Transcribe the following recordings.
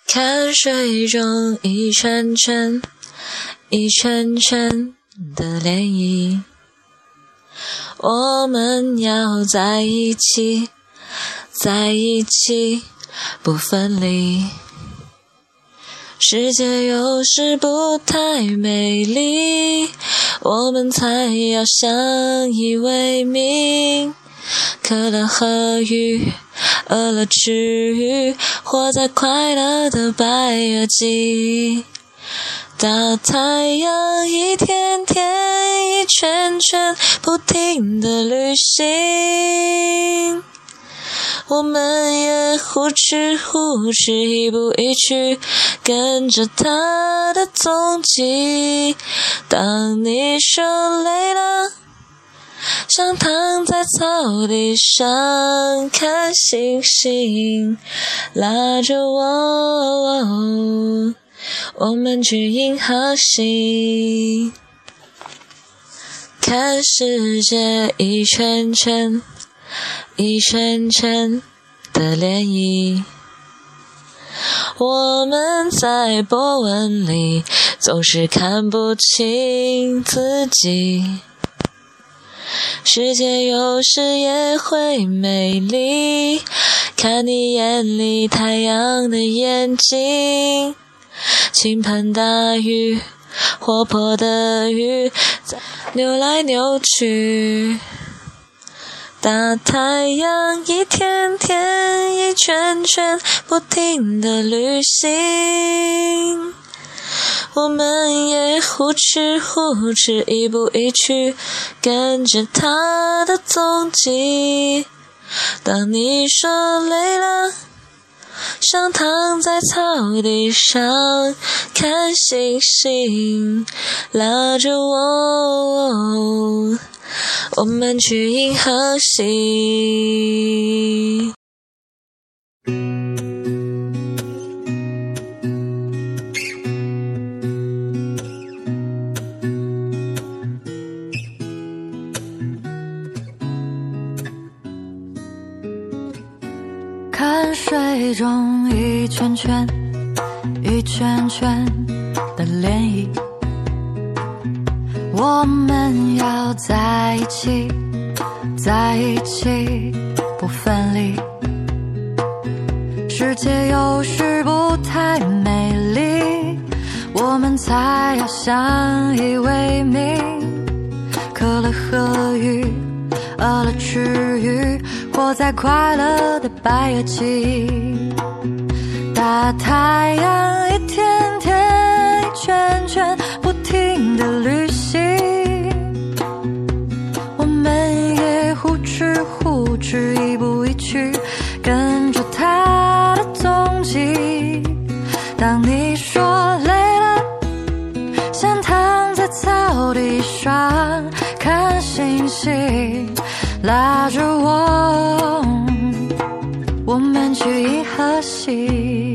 看水中一圈圈一圈圈的涟漪，我们要在一起，在一起不分离。世界有时不太美丽，我们才要相依为命。渴了喝鱼，饿了吃鱼，活在快乐的白垩纪。大太阳一天天一圈圈不停地旅行，我们也呼哧呼哧一步一趋，跟着他的踪迹。当你说累了，想躺在草地上看星星，拉着我们去银河系，看世界一圈圈一圈圈的涟漪。我们在波纹里总是看不清自己，世界有时也会美丽，看你眼里太阳的眼睛。倾盆大雨，活泼的鱼在扭来扭去。大太阳一天天一圈圈不停地旅行，我们也呼哧呼哧一步一趋，跟着他的踪迹。当你说累了，想躺在草地上看星星，拉着我们去银河系。 看水中一圈圈一圈圈的涟漪，我们要在一起，在一起不分离。世界有时不太美丽，我们才要相依为命。渴了喝鱼，饿了吃鱼，活在快乐的白垩纪。大太阳一天天一圈圈不停地旅行，我们也呼哧呼哧一步一趋，跟着他的踪迹。当你说累了，想躺在草地上看星星，拉着我们去银河系。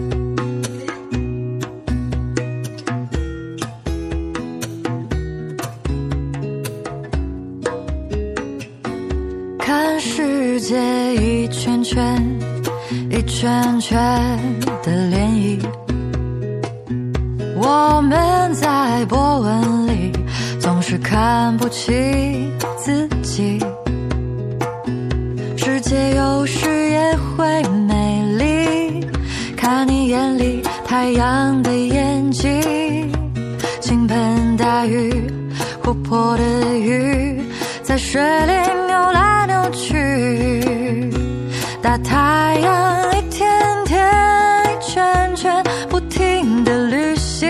看世界一圈圈一圈圈的涟漪，我们在波纹里总是看不清自己，世界有时也会美丽，看你眼里太阳的眼睛。倾盆大雨，活泼的鱼在水里扭来扭去。大太阳一天天一圈圈不停地旅行，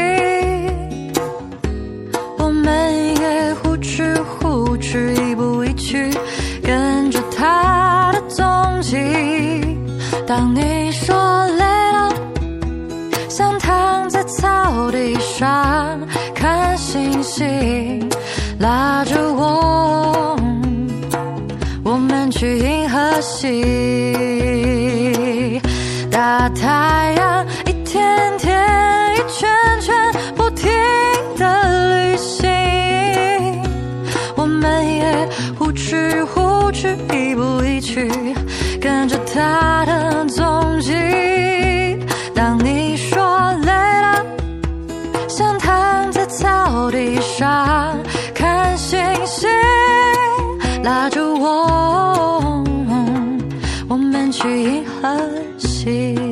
我们也呼哧呼哧一步一趋，跟着他的踪迹。当你说累了，想躺在草地上看星星，拉着我们去银河系。大太阳一天天一圈圈不停地旅行，我们也呼哧呼哧一步一趋，跟着他的踪迹。当你拉着我们去银河系。